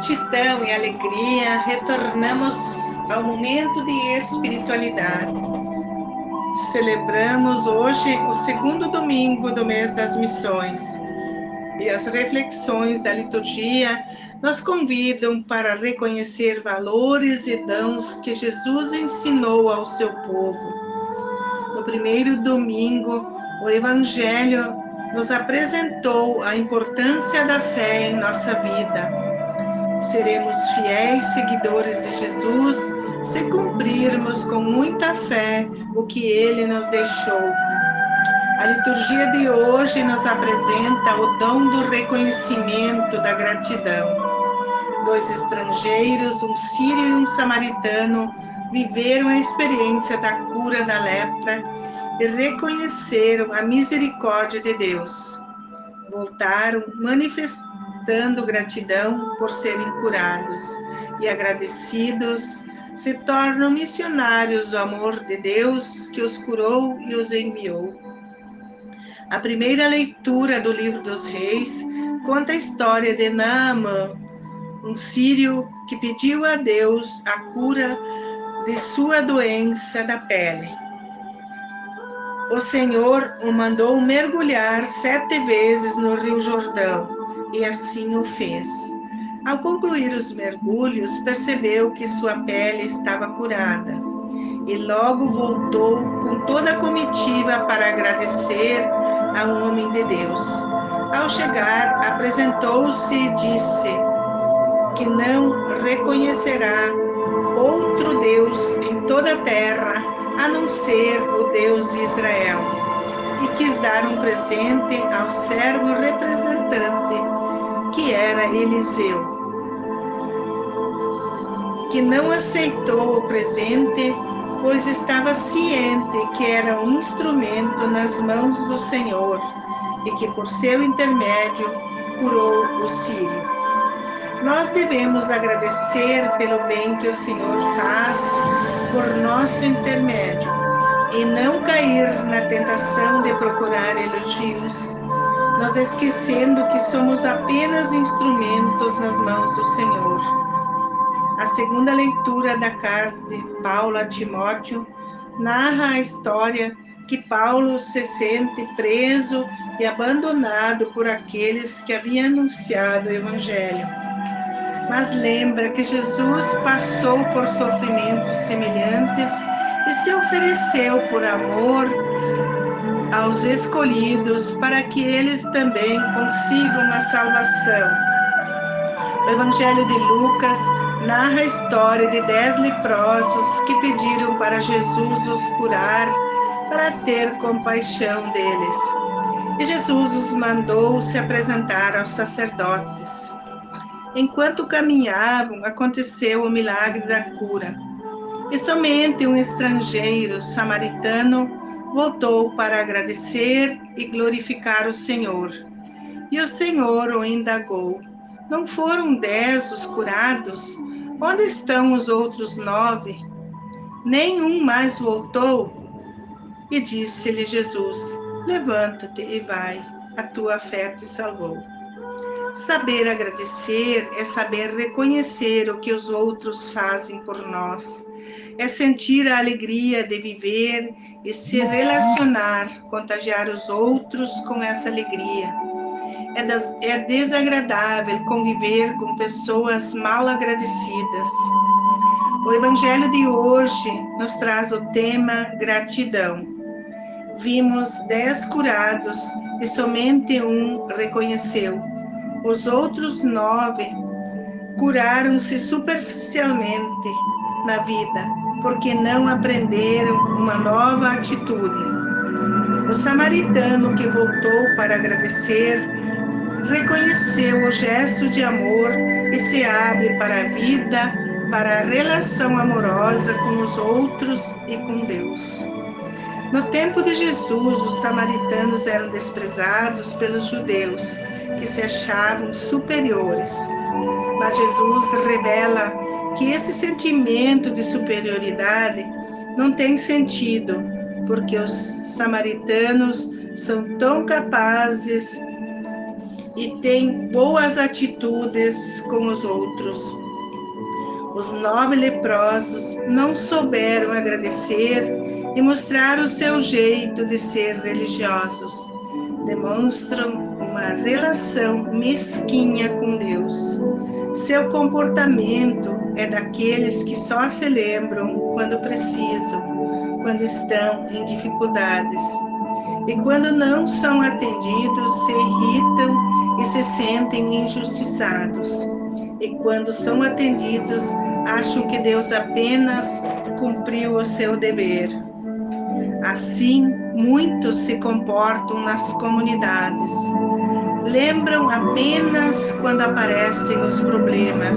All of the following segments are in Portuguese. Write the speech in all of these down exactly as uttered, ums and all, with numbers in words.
gratidão e alegria, retornamos ao momento de espiritualidade. Celebramos hoje o segundo domingo do mês das missões e as reflexões da liturgia nos convidam para reconhecer valores e dons que Jesus ensinou ao seu povo. No primeiro domingo, o Evangelho nos apresentou a importância da fé em nossa vida. Seremos fiéis seguidores de Jesus se cumprirmos com muita fé o que ele nos deixou. A liturgia de hoje nos apresenta o dom do reconhecimento, da gratidão. Dois estrangeiros, um sírio e um samaritano, viveram a experiência da cura da lepra e reconheceram a misericórdia de Deus. Voltaram manifestando gratidão por serem curados e agradecidos se tornam missionários do amor de Deus que os curou e os enviou. A primeira leitura do livro dos Reis conta a história de Naamã, um sírio que pediu a Deus a cura de sua doença da pele. O Senhor o mandou mergulhar sete vezes no Rio Jordão, e assim o fez. Ao concluir os mergulhos, percebeu que sua pele estava curada, e logo voltou com toda a comitiva para agradecer ao homem de Deus. Ao chegar, apresentou-se e disse que não reconhecerá outro Deus em toda a terra, a não ser o Deus de Israel, e quis dar um presente ao servo representante, que era Eliseu, que não aceitou o presente, pois estava ciente que era um instrumento nas mãos do Senhor, e que por seu intermédio curou o sírio. Nós devemos agradecer pelo bem que o Senhor faz por nosso intermédio e não cair na tentação de procurar elogios, nos esquecendo que somos apenas instrumentos nas mãos do Senhor. A segunda leitura da carta de Paulo a Timóteo narra a história que Paulo se sente preso e abandonado por aqueles que haviam anunciado o Evangelho. Mas lembra que Jesus passou por sofrimentos semelhantes e se ofereceu por amor aos escolhidos para que eles também consigam a salvação. O Evangelho de Lucas narra a história de dez leprosos que pediram para Jesus os curar para ter compaixão deles. E Jesus os mandou se apresentar aos sacerdotes. Enquanto caminhavam, aconteceu o milagre da cura. E somente um estrangeiro samaritano voltou para agradecer e glorificar o Senhor. E o Senhor o indagou: não foram dez os curados? Onde estão os outros nove? Nenhum mais voltou? E disse-lhe Jesus: levanta-te e vai, a tua fé te salvou. Saber agradecer é saber reconhecer o que os outros fazem por nós. É sentir a alegria de viver e se relacionar, contagiar os outros com essa alegria. É, des é desagradável conviver com pessoas mal agradecidas. O Evangelho de hoje nos traz o tema gratidão. Vimos dez curados e somente um reconheceu. Os outros nove curaram-se superficialmente na vida, porque não aprenderam uma nova atitude. O samaritano que voltou para agradecer, reconheceu o gesto de amor e se abre para a vida, para a relação amorosa com os outros e com Deus. No tempo de Jesus, os samaritanos eram desprezados pelos judeus, que se achavam superiores. Mas Jesus revela que esse sentimento de superioridade não tem sentido, porque os samaritanos são tão capazes e tem boas atitudes com os outros. Os nove leprosos não souberam agradecer e mostrar o seu jeito de ser religiosos. Demonstram uma relação mesquinha com Deus. Seu comportamento é daqueles que só se lembram quando precisam, quando estão em dificuldades. E quando não são atendidos, se irritam e se sentem injustiçados. E quando são atendidos, acham que Deus apenas cumpriu o seu dever. Assim, muitos se comportam nas comunidades. Lembram apenas quando aparecem os problemas.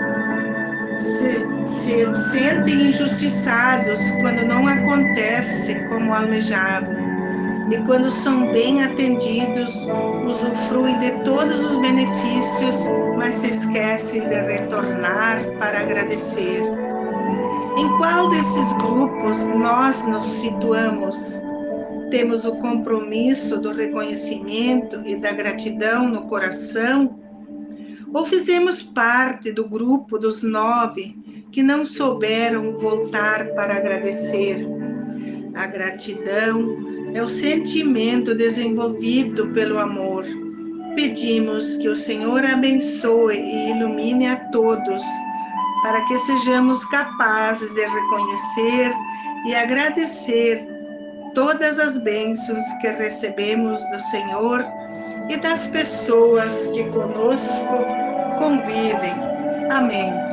Se, se sentem injustiçados quando não acontece como almejavam. E quando são bem atendidos, usufruem de todos os benefícios, mas se esquecem de retornar para agradecer. Em qual desses grupos nós nos situamos? Temos o compromisso do reconhecimento e da gratidão no coração? Ou fizemos parte do grupo dos nove que não souberam voltar para agradecer? A gratidão é o sentimento desenvolvido pelo amor. Pedimos que o Senhor abençoe e ilumine a todos, para que sejamos capazes de reconhecer e agradecer todas as bênçãos que recebemos do Senhor e das pessoas que conosco convivem. Amém.